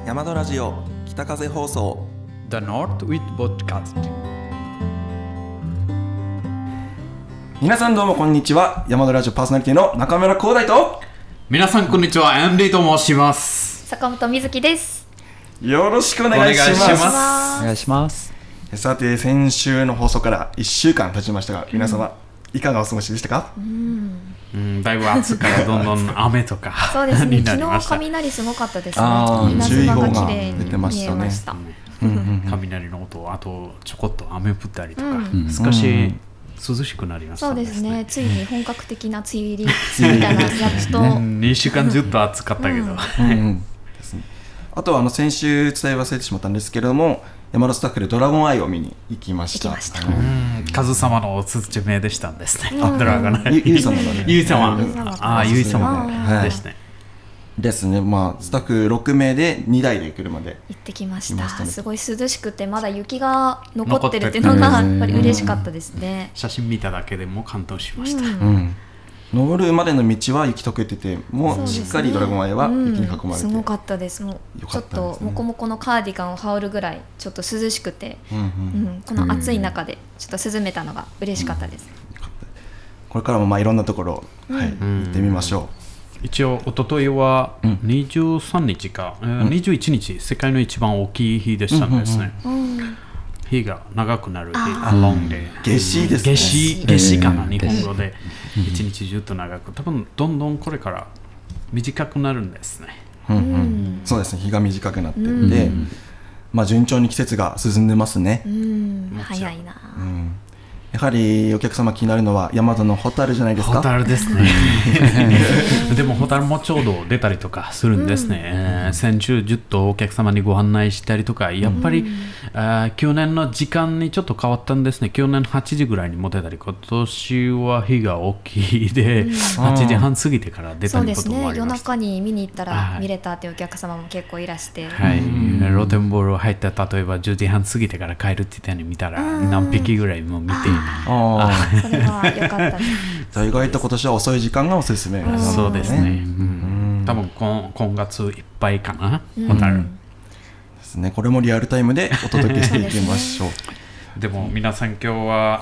山田ラジオ北風放送 The North with Podcast。 皆さんどうもこんにちは。山田ラジオパーソナリティの中村光大と皆さんこんにちは、アンディと申します。 坂本瑞希です。 よろしくお願いします。 お願いします。 さて先週の放送から1週間経ちましたが、皆様いかがお過ごしでしたか？ だいぶ暑からどんどん雨とかそうですね。 になりま昨日した。 雷すごかったですね。稲注意妻が報が綺麗に出てましたね見えました。 雷の音、あとちょこっと雨降ったりとか、少し涼しくなりましたそうね。 ですね。ついに本格的な梅雨入りみたいなやっと。 2週間ずっと暑かったけど、 ですね。あとは先週伝え忘れてしまったんですけれども、山田スタッフでドラゴンアイを見に行きました。 カズ様のおすすめでしたんですね。ドラゴンアイ。 ゆい様だね。 ゆい様。ゆい様ですね。 ですね。まあスタッフ6名で2台で車で行ってきました。すごい涼しくてまだ雪が残ってるっていうのがやっぱり嬉しかったですね。 写真見ただけでも感動しました。 登るまでの道は雪解けてて、もうしっかりドラゴンアイは雪に囲まれて、 すごかったです。もうちょっとモコモコのカーディガンを羽織るぐらいちょっっと涼しくて、この暑い中でちょっと涼めたのが嬉しかったです。 これからもいろんなところ、行ってみましょう。一応一昨日は23日か、21日世界の一番大きい日でしたんですね。日が長くなる日、ロンで夏至ですね。 夏至かな、日本語で一日中と長く、多分どんどんこれから短くなるんですね。 そうですね。日が短くなっていて、順調に季節が進んでますね。 早いな。 やはりお客様気になるのは大和のホタルじゃないですか。 ホタルですね。でもホタルもちょうど出たりとかするんですね。先週ずっとお客様にご案内したりとか、やっぱり、去年の時間にちょっと変わったんですね。去年8時ぐらいに持てたり、今年は日が大きいで、8時半過ぎてから出たりこともありました。 夜中に見に行ったら見れたっていうお客様も結構いらして、 露天風呂入った例えば10時半過ぎてから帰るって言ったのに見たら何匹ぐらいも見て、 それは良かったです。 意外と今年は遅い時間がおすすめ。 そうですね。多分今月いっぱいかな、ホタルですね。これもリアルタイムでお届けしていきましょう。 でも皆さん今日は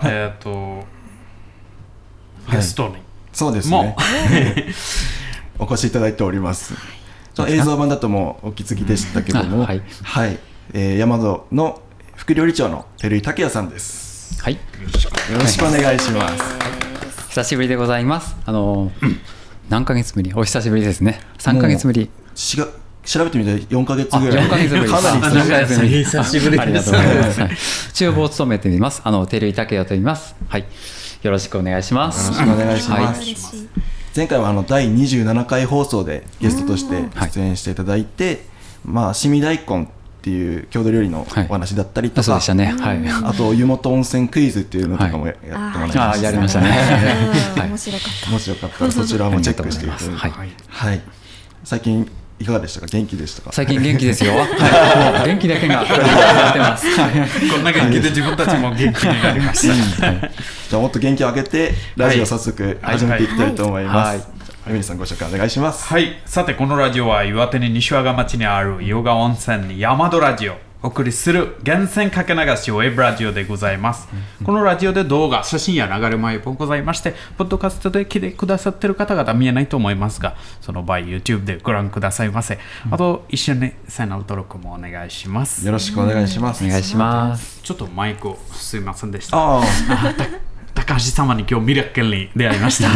ゲストにそうですね。お越しいただいております。映像版だともうお気づきでしたけども、山戸の副料理長の照井拓也さんです。 はい、 よろしくお願いします。 久しぶりでございます。何ヶ月ぶり？お久しぶりですね。3ヶ月ぶり。 調べてみて4ヶ月ぐらい。 4ヶ月ぶり。 かなり久しぶりです。 厨房を務めています。照井拓也と言います。はい。よろしくお願いします。 よろしくお願いします。前回は第27回放送でゲストとして出演していただいて、凍み大根っていう郷土料理のお話だったりとか、あと湯本温泉クイズっていうのとかもやってもらいました。 やりましたね。 面白かった。 もしよかったらそちらもチェックしていただいて。はい。最近いかがでしたか？元気でしたか？ 最近元気ですよ。元気だけが出てます。 こんな元気で自分たちも元気になりました。 じゃあもっと元気を上げてラジオ早速始めていきたいと思います。エミリさんご紹介お願いします。 はい。さてこのラジオは岩手に西和賀町にある与賀温泉に山戸ラジオお送りする源泉かけ流しウェブラジオでございます。このラジオで動画、写真や流れ前もございまして、ポッドキャストで聞いてくださっている方々見えないと思いますが、その場合 YouTube でご覧くださいませ。あと一緒にチャンネル登録もお願いします。 よろしくお願いします。 お願いします。 ちょっとマイクをすいませんでした。高橋様に今日ミラクルに出会いました。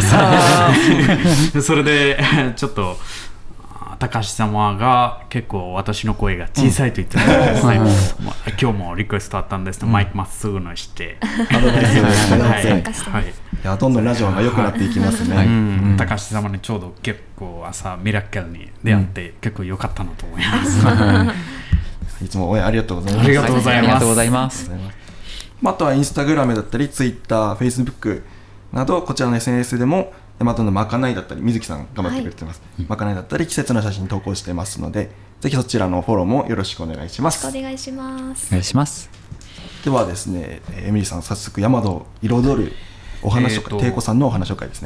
それでちょっと高橋様が結構私の声が小さいと言ってたんですね。今日もリクエストあったんですけど、マイクまっすぐのしてアドバイスをいただいて、どんどんラジオが良くなっていきますね。 高橋様にちょうど結構朝ミラクルに出会って結構良かったなと思います。 いつも応援ありがとうございます。 ありがとうございます。 あとはインスタグラムだったりツイッター、フェイスブックなどこちらの SNS でも大和のまかないだったり、水木さん頑張ってくれてます、まかないだったり季節の写真投稿してますので、ぜひそちらのフォローもよろしくお願いします。 お願いします。 お願いします。 ではですね、エミリーさん早速大和を彩るお話紹介、テイコさんのお話紹介ですね。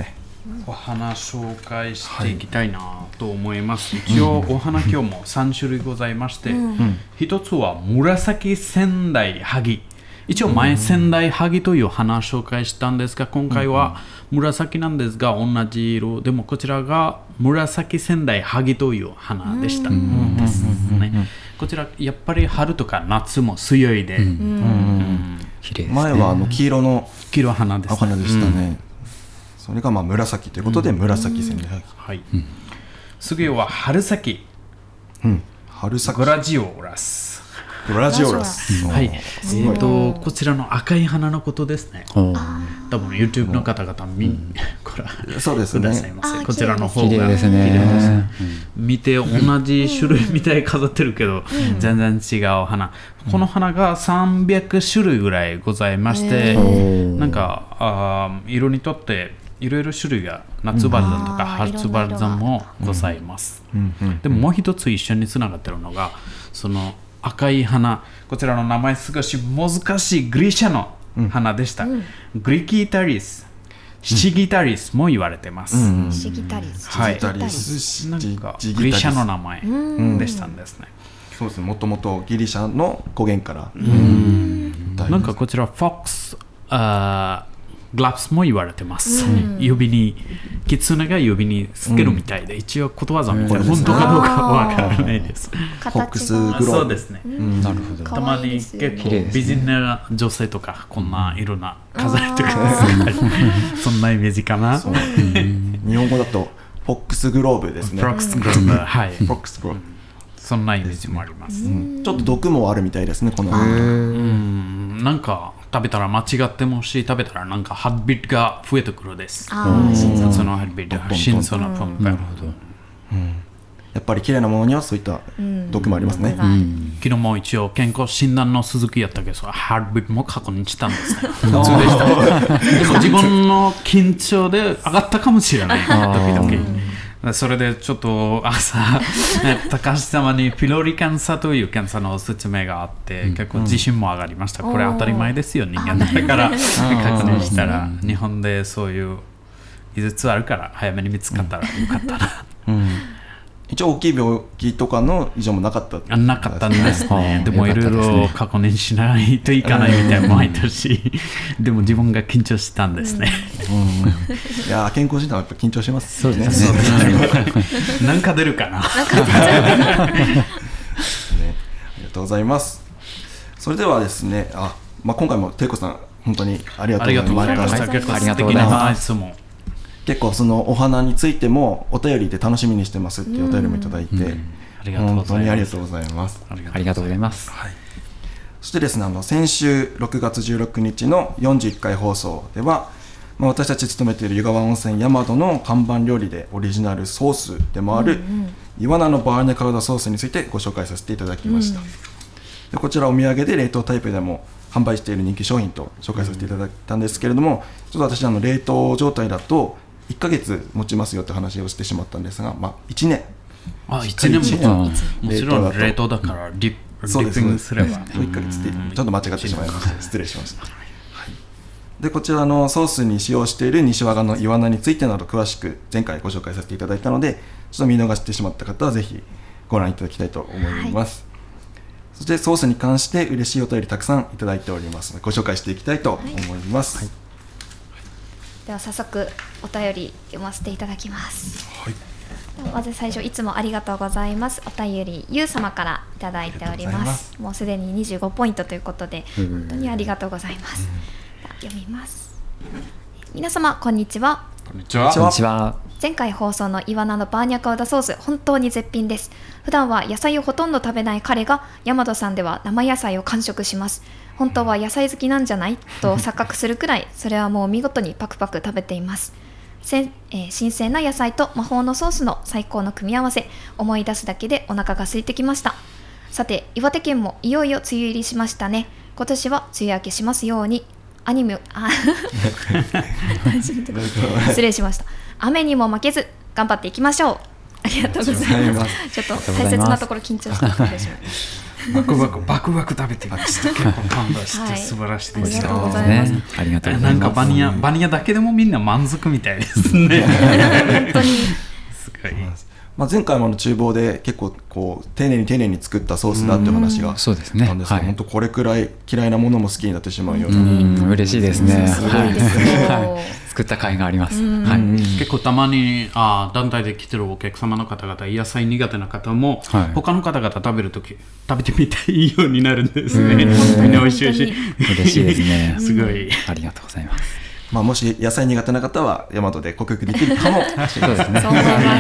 お花紹介していきたいなと思います。一応お花今日も3種類ございまして、一つは紫仙台萩。一応前仙台萩という花を紹介したんですが、今回は紫なんですが同じ色でもこちらが紫仙台萩という花でしたですね。こちらやっぱり春とか夏も強いで、 綺麗ですね。前は黄色の花ですね。 花でしたね。それがまあ紫ということで紫仙台萩。 はい。次は春咲。 春咲。 グラジオラス。 グラジオラス。 はい。こちらの赤い花のことですね。多分 YouTube の方々 そうですね。 くださいませ。こちらの方が綺麗ですね。 見て同じ種類みたいに飾ってるけど、全然違う花。この花が300種類ぐらいございまして、なんか色にとっていろいろ種類が夏バルザンとか春バルザンもございます。でももう一つ一緒につながってるのがその赤い花、こちらの名前少し難しいグリシャの花でした。グリキタリス、シギタリスも言われてます。 シギタリス、 はい、なんかグリシャの名前でしたんですね。 そうですね。もともとギリシャの語源から。 なんかこちらフォックスグラプスも言われてます。指にキツネが指につけるみたいで、一応ことわざみたいな、本当かどうかわからないです。 フォックスグローブ。 そうですね。 なるほど。 たまに結構美人な女性とかこんな色な飾りとかそんなイメージかな。 日本語だとフォックスグローブですね。 フォックスグローブ、はい。 フォックスグローブ。 そんなイメージもあります。 ちょっと毒もあるみたいですね、この花。 なんか食べたら間違ってもし、食べたらなんかハートビートが増えてくるです。そのハートビート、心臓のポンプ。なるほど。 やっぱり綺麗なものにはそういった毒もありますね。 昨日も一応健康診断の鈴木やったけど、ハートビートも確認したんですね。普通でした。でも自分の緊張で上がったかもしれない。時々。それでちょっと朝、高橋様にピロリ検査という検査の説明があって、結構自信も上がりました。これ当たり前ですよ、人間だから確認したら、日本でそういう技術あるから早めに見つかったらよかったな。 一応大きい病気とかの異常もなかったなかったんですね。でもいろいろ確認しないといかないみたいな毎年でも自分が緊張したんですね。 いや健康診断はやっぱ緊張します。 そうですね。 なんか出るかな。 ありがとうございます。それではですね、今回もテイコさん本当にありがとうございました。 結構素敵な話も。 結構そのお花についてもお便りで楽しみにしてますっていうお便りもいただいて、本当にありがとうございます。 ありがとうございます。 そしてですね、先週6月16日の41回放送では、私たち勤めている湯川温泉大和の看板料理でオリジナルソースでもあるイワナのバーニャカウダソースについてご紹介させていただきました。でこちらお土産で冷凍タイプでも販売している人気商品と紹介させていただいたんですけれども、ちょっと私冷凍状態だと1ヶ月持ちますよって話をしてしまったんですが、1年。 1年ももちろん冷凍だからリッピングすれば 1ヶ月でちょっと間違ってしまいました。失礼しました。でこちらのソースに使用している西和賀のイワナについてなど詳しく前回ご紹介させていただいたので、ちょっと見逃してしまった方はぜひご覧いただきたいと思います。そしてソースに関して嬉しいお便りたくさんいただいておりますのでご紹介していきたいと思います。 では早速お便り読ませていただきます。まず最初いつもありがとうございます。お便りゆう様からいただいております。もうすでに25ポイントということで本当にありがとうございます。読みます。皆様こんにちは。 こんにちは。 前回放送のイワナのバーニャカウダソース本当に絶品です。普段は野菜をほとんど食べない彼が大和さんでは生野菜を完食します。本当は野菜好きなんじゃないと錯覚するくらいそれはもう見事にパクパク食べています。新鮮な野菜と魔法のソースの最高の組み合わせ、思い出すだけでお腹が空いてきました。さて岩手県もいよいよ梅雨入りしましたね。今年は梅雨明けしますように。失礼しました。雨にも負けず頑張っていきましょう。ありがとうございます。ちょっと大切なところ緊張してしまいました。 バクバク食べてました。結構感動して素晴らしいです。 ありがとうございます。 ありがとうございます。 なんかバニラだけでもみんな満足みたいですね。 本当にすごい。 前回も厨房で結構こう丁寧に作ったソースだっていう話があったんですけど、本当これくらい嫌いなものも好きになってしまうような。 嬉しいですね。 すごいですよ。 作った甲斐があります。 結構たまに団体で来てるお客様の方々、野菜苦手な方も他の方々食べるとき食べてみたいようになるんですね。みんな美味しいし。 嬉しいですね。 すごい。 ありがとうございます。 もし野菜苦手な方は大和で克服できるかもしれないですね。 そう思います。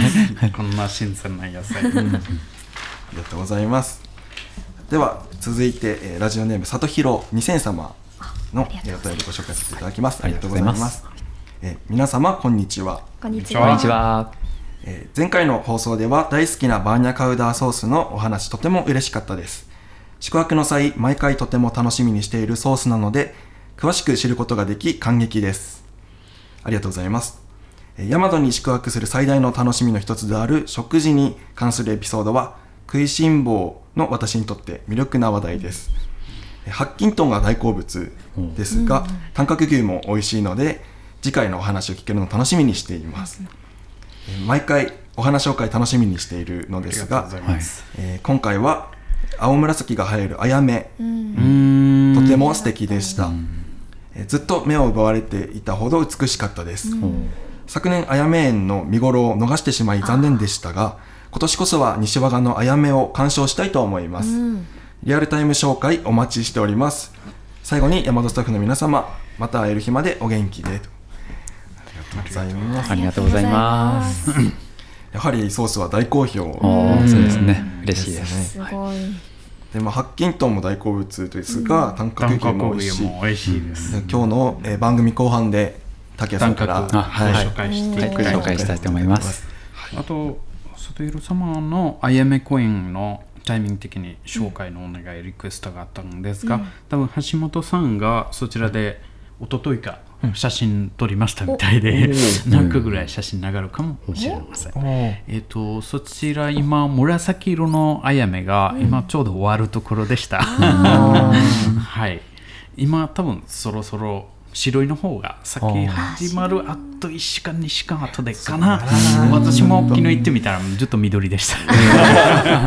こんな新鮮な野菜。 ありがとうございます。では続いて、ラジオネーム里弘2000様のお便りご紹介させていただきます。ありがとうございます。皆様こんにちは。 こんにちは。 前回の放送では大好きなバーニャカウダーソースのお話とても嬉しかったです。宿泊の際毎回とても楽しみにしているソースなので詳しく知ることができ感激です。ありがとうございます。大和に宿泊する最大の楽しみの一つである食事に関するエピソードは食いしん坊の私にとって魅力な話題です。白金豚が大好物ですが、短角牛も美味しいので次回のお話を聞けるのを楽しみにしています。毎回お話紹介楽しみにしているのですが、今回は青紫が映えるあやめ、とても素敵でした。ずっと目を奪われていたほど美しかったです。昨年あやめ園の見頃を逃してしまい残念でしたが、今年こそは西和賀のあやめを鑑賞したいと思います。リアルタイム紹介お待ちしております。最後に大和スタッフの皆様、また会える日までお元気で。ありがとうございます。 ありがとうございます。 やはりソースは大好評。 そうですね。嬉しいです。 すごい。 で白金豚も大好物ですが、短角牛も美味しいです。今日の番組後半で竹谷さんから紹介したいと思います。 あと里弘様のあやめコインのタイミング的に紹介のお願いリクエストがあったんですが、多分橋本さんがそちらで一昨日か写真撮りましたみたいで、何個ぐらい写真流るかもしれません。そちら今紫色のあやめが今ちょうど終わるところでした。はい、今多分そろそろ白いの方が先始まるあと1週間2週間後でかな。私も昨日行ってみたらずっと緑でした。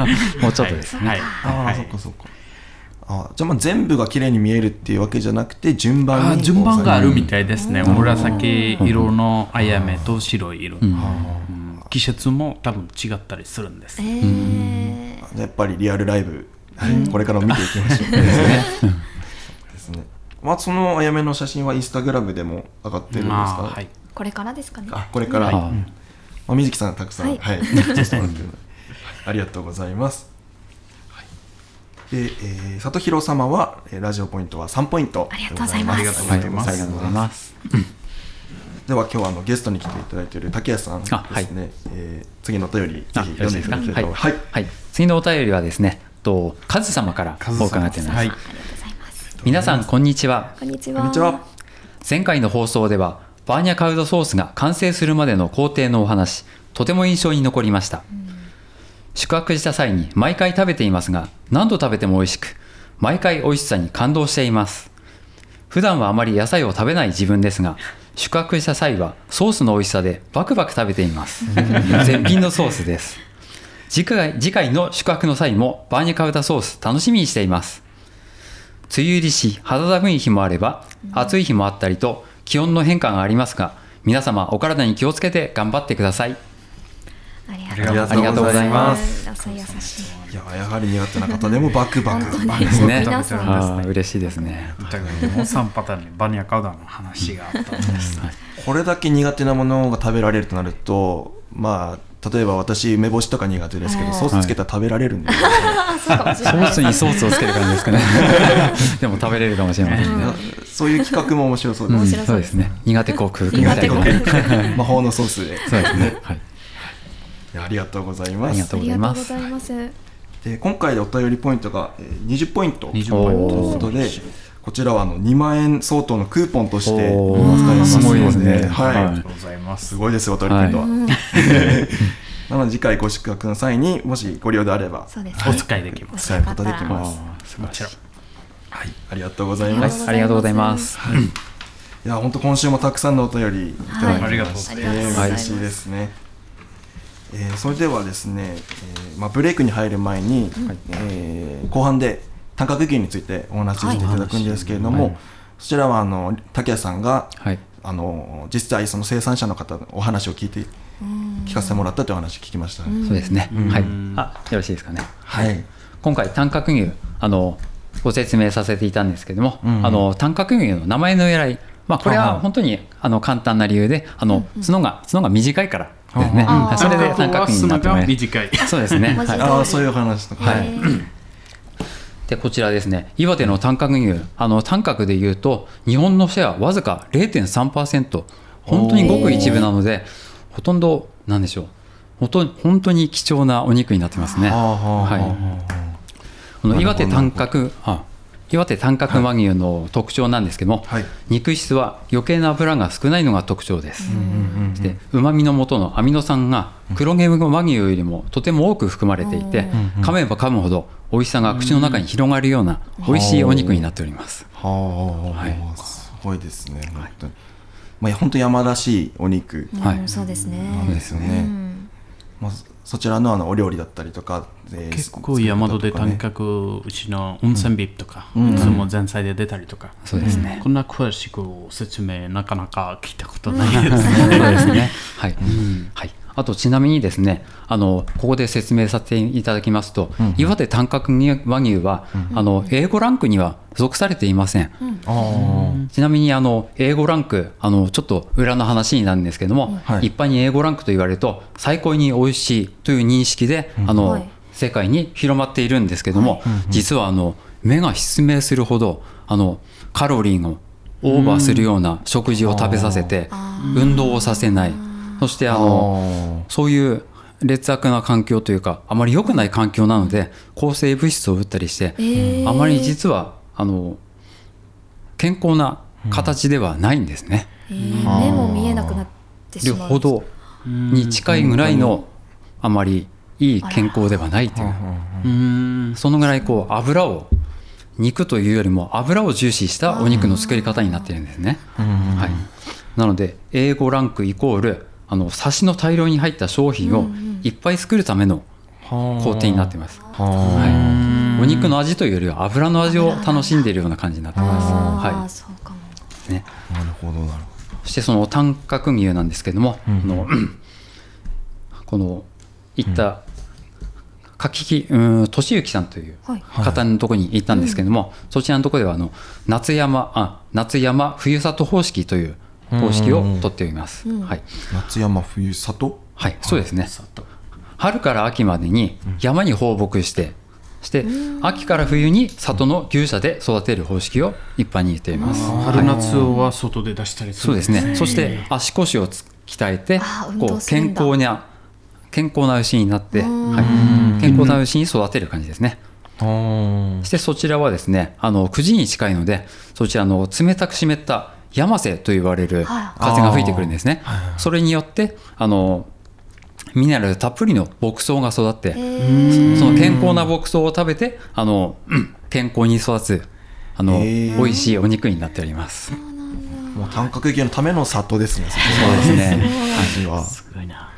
もうちょっとですね。 そっかそっか。じゃあ全部が綺麗に見えるっていうわけじゃなくて順番があるみたいですね。紫色のあやめと白い色、季節も多分違ったりするんです。 やっぱりリアルライブ、これから見ていきましょう。ですね。そのあやめの写真はインスタグラムでも上がってるんですか？ これからですかね。 これから水木さんたくさんありがとうございます。で、里弘様はラジオポイントは3ポイント。 ありがとうございます。 ありがとうございます。 では今日はゲストに来ていただいている竹谷さんですね。次のお便りぜひ読んでいただきたいと思います。 次のお便りはですね、カズ様からお伺っています。皆さんこんにちは。 こんにちは。 前回の放送ではバーニャカウダソースが完成するまでの工程のお話、とても印象に残りました。宿泊した際に毎回食べていますが、何度食べても美味しく、毎回美味しさに感動しています。普段はあまり野菜を食べない自分ですが、宿泊した際はソースの美味しさでバクバク食べています。絶品のソースです。次回の宿泊の際もバーニャカウダソース楽しみにしています。梅雨入りし肌寒い日もあれば暑い日もあったりと気温の変化がありますが、皆様お体に気をつけて頑張ってください。 ありがとうございます。優しい。 やはり苦手な方でもバクバクですね。嬉しいですね。 もう3パターンにバーニャカウダの話があったんです。 これだけ苦手なものが食べられるとなると、例えば私梅干しとか苦手ですけど、ソースつけたら食べられるんですよね。 ソースにソースをつける感じですかね。でも食べれるかもしれませんね。 そういう企画も面白そうです。 そうですね。苦手克服みたいな魔法のソースで。 そうですね。 ありがとうございます。 ありがとうございます。 で今回でお便りポイントが20ポイントということで、こちらは2万円相当のクーポンとして使えますので、 すごいですね。 ありがとうございます。すごいですよ、お便りポイントは。 なので次回ご宿泊の際にもしご利用であればお使いできます。 使えることできます。 もちろん。 はい、ありがとうございます。 ありがとうございます。 いや本当今週もたくさんのお便りいただきまして、嬉しいですね。それではですね、ブレイクに入る前に、後半で単価牛についてお話ししていただくんですけれども、そちらは竹谷さんが、実際その生産者の方のお話を聞かせてもらったというお話を聞きました。 そうですね。はい。よろしいですかね。はい。今回単価牛ご説明させていたんですけれども、単価牛の名前の由来、これは本当に簡単な理由で角が短いからですね。それで単価牛になってます。 短い。 そうですね。 そういう話とか。 でこちらですね、岩手の単価牛、単価でいうと日本のシェアわずか 0.3%、本当にごく一部なので、ほとんどなんでしょう、本当に貴重なお肉になってますね。岩手単価和牛の特徴なんですけども、肉質は余計な脂が少ないのが特徴です。でうまみの元のアミノ酸が黒毛和牛よりもとても多く含まれていて、噛めば噛むほど美味しさが口の中に広がるような美味しいお肉になっております。 すごいですね。本当山らしいお肉そうですね。 なんですよね。そちらのお料理だったりとか、 結構山戸で単価牛の温泉ビーフとか、いつも前菜で出たりとか、 そうですね。 こんな詳しく説明なかなか聞いたことないですね。 そうですね。はい。あとちなみにですね、ここで説明させていただきますと、岩手単価和牛はA5ランクには属されていません。ちなみにA5ランク、ちょっと裏の話になるんですけども、一般に A5ランクと言われると最高に美味しいという認識で世界に広まっているんですけども、実は目が失明するほどカロリーをオーバーするような食事を食べさせて、運動をさせない、そしてそういう劣悪な環境というか、あまり良くない環境なので抗生物質を打ったりして、あまり実は健康な形ではないんですね。 目も見えなくなってしまうほどに近いぐらいのあまりいい健康ではないという、そのぐらい油を、肉というよりも油を重視したお肉の作り方になっているんですね。なので A5 ランクイコールサシの大量に入った商品をいっぱい作るための工程になっています。お肉の味というよりは油の味を楽しんでいるような感じになっています。 そうかもね。なるほどなるほど。 そしてその単価牛なんですけども、このいった俊之さんという方のところに行ったんですけども、そちらのところでは夏山冬里方式という方式をとっております。 夏山冬里、 はい、そうですね。春から秋までに山に放牧して、秋から冬に里の牛舎で育てる方式を一般に言っています。 春夏は外で出したりするんですね。 そうですね。そして足腰を鍛えて健康な牛になって、健康な牛に育てる感じですね。そしてそちらはですね、9時に近いので、そちらの冷たく湿った山瀬と言われる風が吹いてくるんですね。それによってミネラルたっぷりの牧草が育って、その健康な牧草を食べて健康に育つ美味しいお肉になっております。 もう単価牛のための里ですね。 そうですね。 味はすごいな。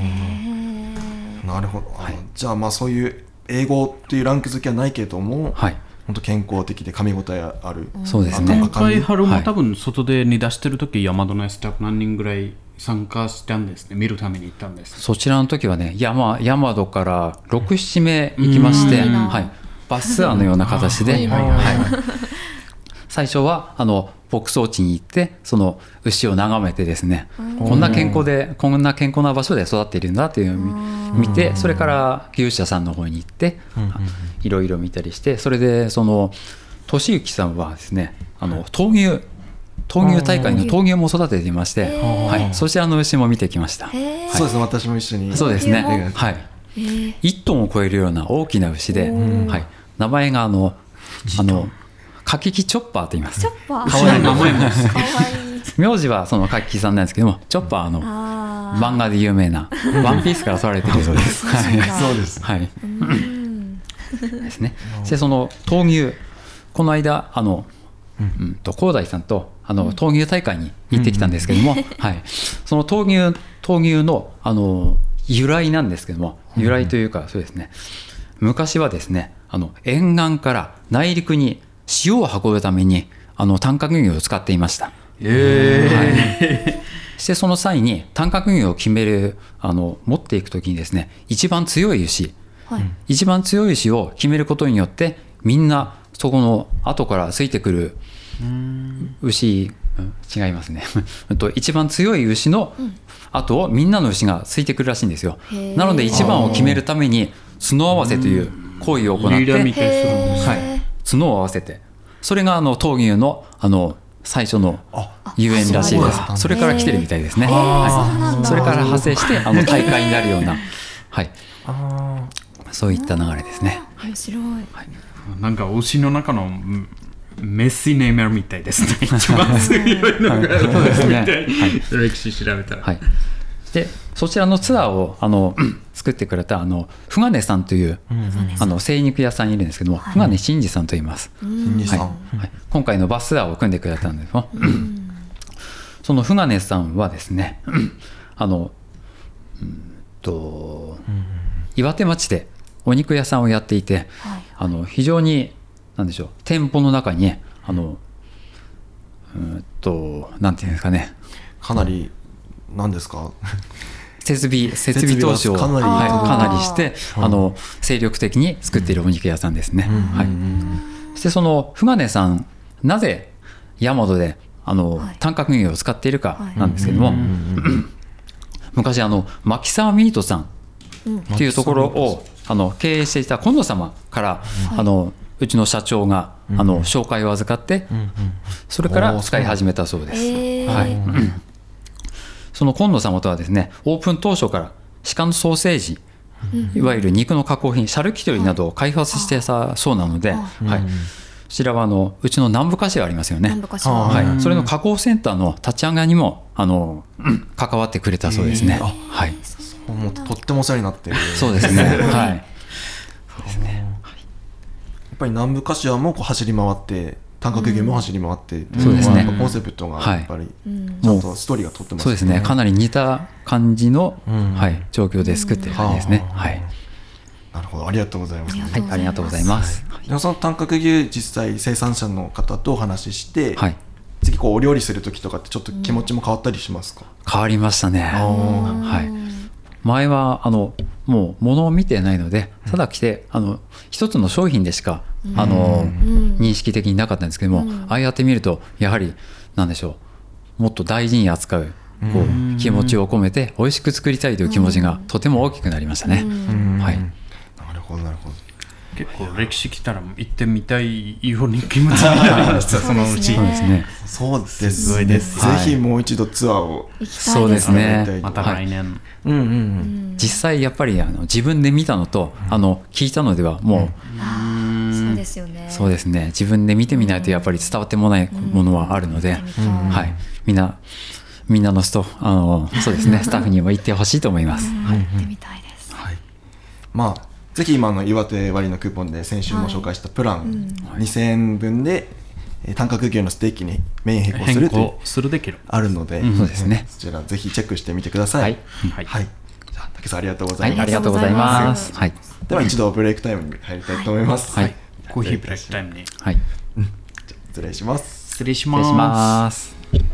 なるほど。じゃあそういう英語っていうランク付けはないけれども、本当健康的で噛み応えある。 そうですね。 今回春も多分外で煮出してる時、山戸のスタッフ何人ぐらい参加したんですね。見るために行ったんです。 そちらの時はね、山戸から6、7名行きまして、バスツアーのような形で、最初は牧草地に行ってその牛を眺めてですね、こんな健康な場所で育っているんだというのを見て、それから牛舎さんの方に行っていろいろ見たりして、それでその俊之さんはですね、闘牛大会の闘牛も育てていまして、そちらの牛も見てきました。 そうですね、私も一緒に。 そうですね、1トンを超えるような大きな牛で、名前がカキキチョッパーと言います。 チョッパー。 かわいい名前も。 名字はそのカキキさんなんですけども、チョッパー漫画で有名なワンピースから取られているそうです。 そうです。 はい。ですね。でその闘牛、この間広大さんと闘牛大会に行ってきたんですけども、はい、その闘牛の由来なんですけども、由来というかそうですね、昔はですね沿岸から内陸に塩を運ぶために短角牛を使っていました。はい、してその際に短角牛を決める持っていくときにですね、一番強い牛を決めることによってみんなそこの後からついてくる牛、違いますね一番強い牛の後をみんなの牛がついてくるらしいんですよ。なので一番を決めるために角合わせという行為を行って、角を合わせて、それが闘牛の最初のゆえんらしいです。それから来てるみたいですね。はい、それから派生して大会になるような、はい、そういった流れですね。 面白い。 なんか牛の中のメッシネーマーみたいですね。一番強いのがみたいに歴史調べたら。 はい、でそちらのツアーを作ってくれたフガネさんという精肉屋さんいるんですけども、フガネ真二さんと言います。今回のバスツアーを組んでくれたんですよ。そのフガネさんはですね、岩手町でお肉屋さんをやっていて、非常に何でしょう、店舗の中になんていうんですかね、 かなり何ですか設備投資をかなりして、精力的に作っているお肉屋さんですね。はい、そしてそのフガネさん、なぜ大和で短角牛を使っているかなんですけども、昔牧沢ミートさんっていうところを経営していた今野様からうちの社長が紹介を預かって、それから使い始めたそうです。はい、その今野様とはですね、オープン当初から鹿のソーセージ、いわゆる肉の加工品、シャルキュトリなどを開発してたそうなので、はい、こちらはうちの南部菓子がありますよね。はい、それの加工センターの立ち上げにも関わってくれたそうですね。はい、 もうとってもお世話になってる。 そうですね。はい。そうですね。 やっぱり南部柏も走り回って、短角牛も走り回って、 そうですね。 コンセプトがやっぱりちゃんとストーリーがとってますね。 そうですね。かなり似た感じの状況で作ってる感じですね。はい。 なるほど、ありがとうございます。 はい、ありがとうございます。 でもその短角牛実際生産者の方とお話しして、次お料理する時とかってちょっと気持ちも変わったりしますか？ 変わりましたね。はい。前はもう物を見てないので、ただ来て一つの商品でしか認識的になかったんですけども、ああやって見るとやはり何でしょう、もっと大事に扱う気持ちを込めて美味しく作りたいという気持ちがとても大きくなりましたね。はい。 なるほどなるほど。 結構歴史来たら行ってみたいように気持ちになりました。そのうち。 そうですね。 そうですね。ぜひもう一度ツアーを。 そうですね。 また来年。 実際やっぱり自分で見たのと聞いたのではもう、そうですよね。 そうですね。自分で見てみないとやっぱり伝わってもないものはあるので、はい。みんなのそうですね、スタッフにも行ってほしいと思います。 行ってみたいです。 はい。まあぜひ今の岩手割のクーポンで先週も紹介したプラン2000円分で短角牛のステーキにメイン変更するというあるので、 そうですね。 そちらぜひチェックしてみてください。はい。はい。じゃあ竹さんありがとうございます。 ありがとうございます。はい。 では一度ブレイクタイムに入りたいと思います。 はい。コーヒーブレイクタイムに。 はい。 失礼します。 失礼します。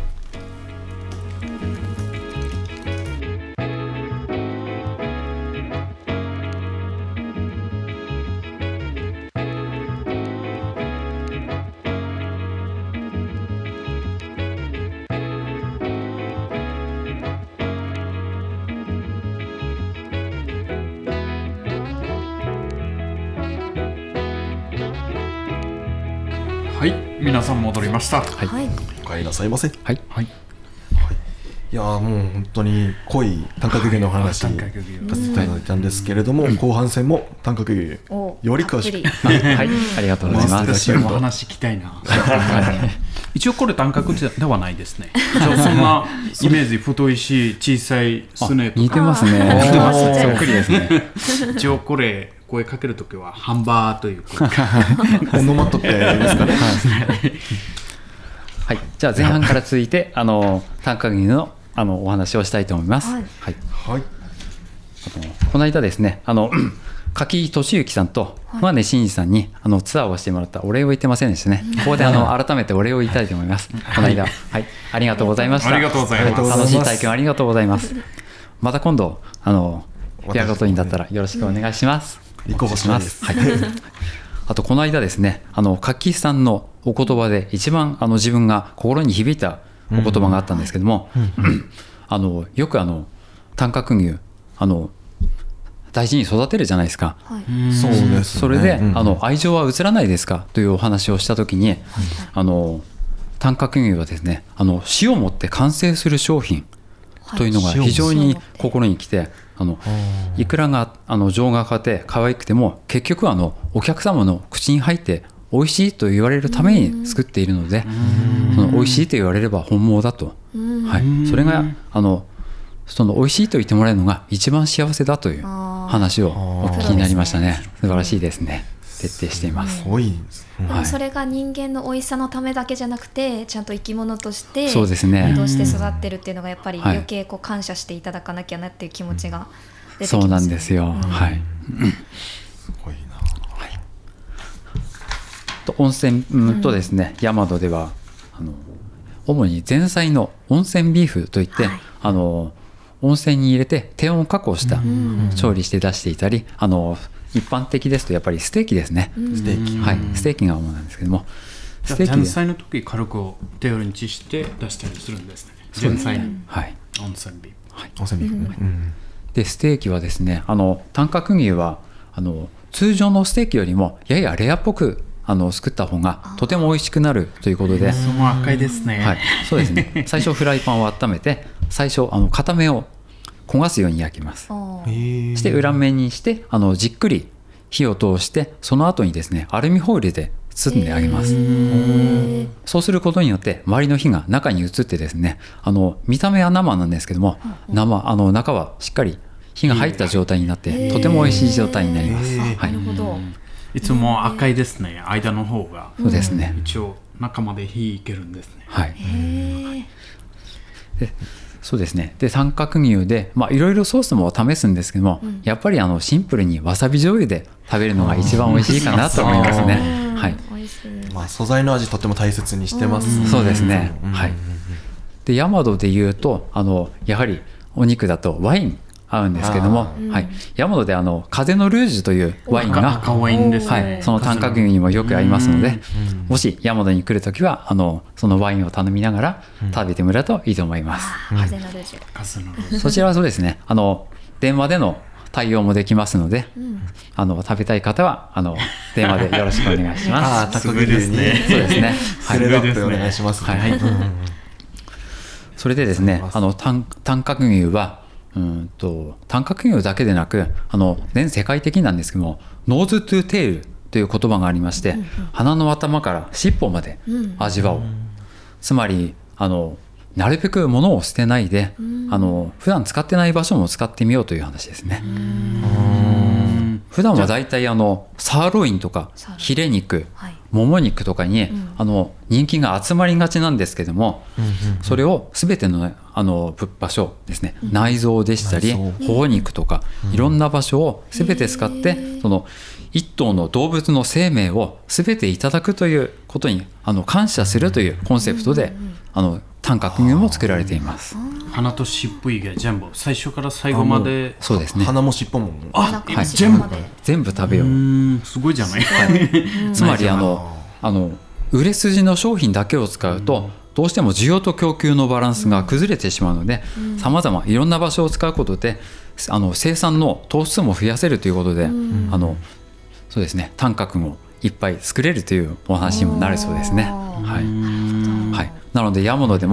はい、皆さん戻りました。 はい。 お帰りなさいませ。 はい。 はい。 いやもう本当に濃い短角牛の話させていただいたんですけれども、後半戦も短角牛より詳しくはい、ありがとうございます。 私も話聞きたいな。 一応これ短角ではないですね。そんなイメージ、太いし小さいスネとか似てますね。そっくりですね。 一応これ声かけるときはハンバーというオノマトペですかね。 はい、じゃあ前半から続いて短角牛のお話をしたいと思います。はい、はい、この間ですね柿俊之さんと熊根真二さんにツアーをしてもらったお礼を言ってませんでしたね。ここで改めてお礼を言いたいと思います。この間、はい、ありがとうございました。 ありがとうございます。 楽しい体験ありがとうございます。また今度やることになったらよろしくお願いします。 立候補します。 はい。あとこの間ですね柿さんのお言葉で一番自分が心に響いたお言葉があったんですけども、よく短角牛大事に育てるじゃないですか。 はい、 そうですね。 それで愛情は移らないですかというお話をしたときに、短角牛はですね死をもって完成する商品というのが非常に心にきて、いくらが情がかって可愛くても結局はお客様の口に入って美味しいと言われるために作っているので、その美味しいと言われれば本望だと、はい、それがその美味しいと言ってもらえるのが一番幸せだという話をお聞きになりましたね。素晴らしいですね。徹底しています。 すごい。 でもそれが人間の美味しさのためだけじゃなくて、ちゃんと生き物としてそうですね、 どうして育ってるっていうのがやっぱり余計感謝していただかなきゃなっていう気持ちが出てきますね。 そうなんですよ。はい。 すごいな。 はい。温泉とですね、大和では主に前菜の温泉ビーフといって、温泉に入れて低温加工した調理して出していたり、一般的ですとやっぱりステーキですね。 ステーキ、 はい、ステーキが主なんですけども、 ステーキ前菜の時軽く低温にして出したりするんですね。前菜に、 はい、 温泉ビーフ、 はい、温泉ビーフね。 でステーキはですね短角牛は通常のステーキよりもややレアっぽく作った方がとても美味しくなるということで、 その赤いですね。 はい、そうですね。最初フライパンを温めて、最初片面を焦がすように焼きます。そして裏面にしてじっくり火を通して、その後にですねアルミホイルで包んであげます。そうすることによって周りの火が中に移ってですね見た目は生なんですけども、中はしっかり火が入った状態になってとても美味しい状態になります。はい、なるほど。 いつも赤いですね。間の方がそうですね。 一応中まで火いけるんですね。 はい。でそうですね。で短角牛でいろいろソースも試すんですけども、やっぱりシンプルにわさび醤油で食べるのが一番美味しいかなと思いますね。はい。 素材の味とても大切にしてます。 そうですね。はい。で大和でいうとやはりお肉だとワイン合うんですけども、はい、大和で風のルージュというワインが赤ワインですね。 はい、その短角牛にもよく合いますので、もし大和に来るときはそのワインを頼みながら食べてもらうといいと思います。 風のルージュ、 そちらはそうですね電話での対応もできますので、食べたい方は電話でよろしくお願いします。 すごいですね。 そうですね。 スレラップお願いします。 はい。それでですね短角牛は短角牛だけでなく全世界的なんですけども、ノーズトゥーテールという言葉がありまして、鼻の頭から尻尾まで味わおう、つまりなるべく物を捨てないで普段使ってない場所も使ってみようという話ですね。普段はだいたいサーロインとかヒレ肉、もも肉とかに人気が集まりがちなんですけども、それを全ての場所ですね、内臓でしたり頬肉とかいろんな場所を全て使って、その一頭の動物の生命を全ていただくということに感謝するというコンセプトで短角牛も作られています。 鼻と尻尾以外全部最初から最後まで。 そうですね。 鼻も尻尾も全部食べよう。 すごいじゃない。 つまり売れ筋の商品だけを使うとどうしても需要と供給のバランスが崩れてしまうので、さまざまいろんな場所を使うことで生産の頭数も増やせるということで、そうですね、短角もいっぱい作れるというお話にもなるそうですね。はい、なので大和でも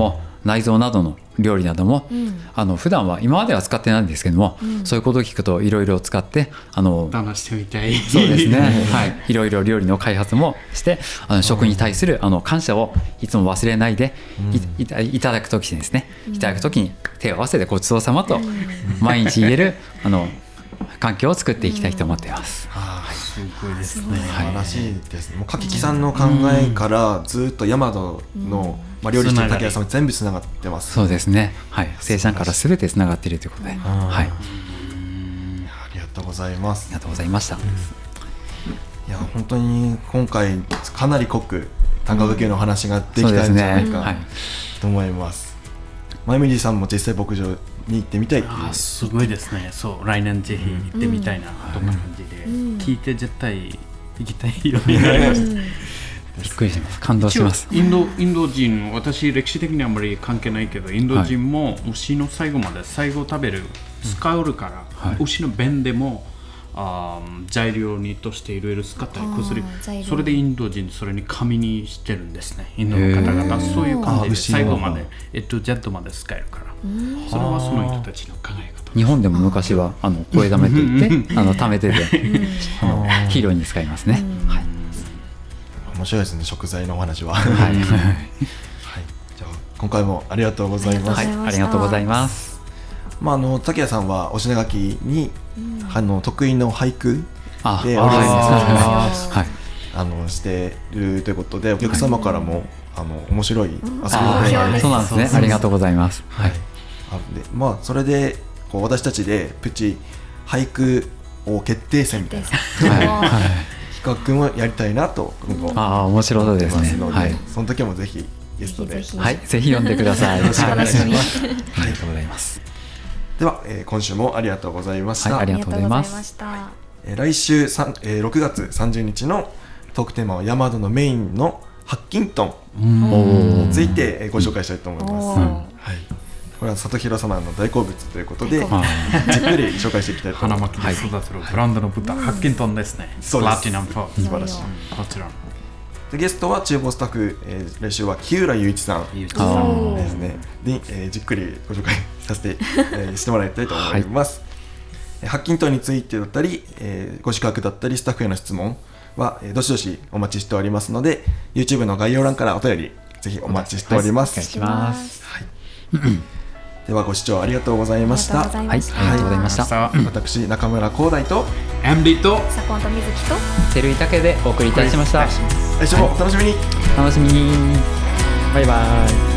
内臓などの料理なども、普段は今までは使ってないんですけども、そういうことを聞くといろいろ使って試してみたい。 そうですね、はい、いろいろ料理の開発もして食に対する感謝をいつも忘れないで いただくときにですね、いただくときに手を合わせてごちそうさまと毎日言える環境を作っていきたいと思っています。 すごいですね。 素晴らしいですね。もう柿木さんの考えからずっと大和の料理してる竹谷さんも全部つながってます。 そうですね、はい、生産からすべてつながっているということで、はい、 ありがとうございます。 ありがとうございました。 いや本当に今回かなり濃く短歌系の話ができたんじゃないかと思います。まゆみじさんも実際牧場に行ってみたいっていう。 すごいですね。そう来年ぜひ行ってみたいなとか感じで、聞いて絶対行きたいようになりました。 びっくりします。感動します。 インド人、私歴史的にあんまり関係ないけど、インド人も牛の最後まで最後食べる使うから、牛の便でも材料にとしていろいろ使ったり薬、それでインド人それに紙にしてるんですね。インドの方々そういう感じで最後までZ まで使えるから、それはその人たちの考え方。 日本でも昔は声だめといって貯めてて肥料に使いますね。 面白いですね、食材のお話は。はい、じゃあ今回もありがとうございます。 ありがとうございます。 竹谷さんはお品書きに得意の俳句でしているということで、お客様からも面白い遊びの声がそうなんですね。ありがとうございます。はい。 それで私たちでプチ俳句を決定戦みたいな企画もやりたいなと面白そうですね。 はい。その時もぜひゲストでぜひ読んでください。 楽しみ。 ありがとうございます。 では、今週もありがとうございました。 ありがとうございます。 来週6月30日のトークテーマは大和のメインのハッキントンについてご紹介したいと思います。これは里弘様の大好物ということでじっくり紹介していきたいと思います。 花巻で育てるブランドの豚、ハッキントンですね。 そうです。 プラティナムフォー。 素晴らしい。 もちろん。 でゲストは厨房スタッフ、来週は木浦雄一さんですね。で、じっくりご紹介させて、してもらいたいと思います。ハッキントンについてだったり、ご宿泊だったりスタッフへの質問は、どしどしお待ちしておりますので、YouTube の概要欄からお便りぜひお待ちしております。 お願いします。 ではご視聴ありがとうございました。 ありがとうございました。 私中村光大とエムリと坂本瑞希と照井武でお送りいたしました。 来週もお楽しみに。 楽しみに。バイバイ。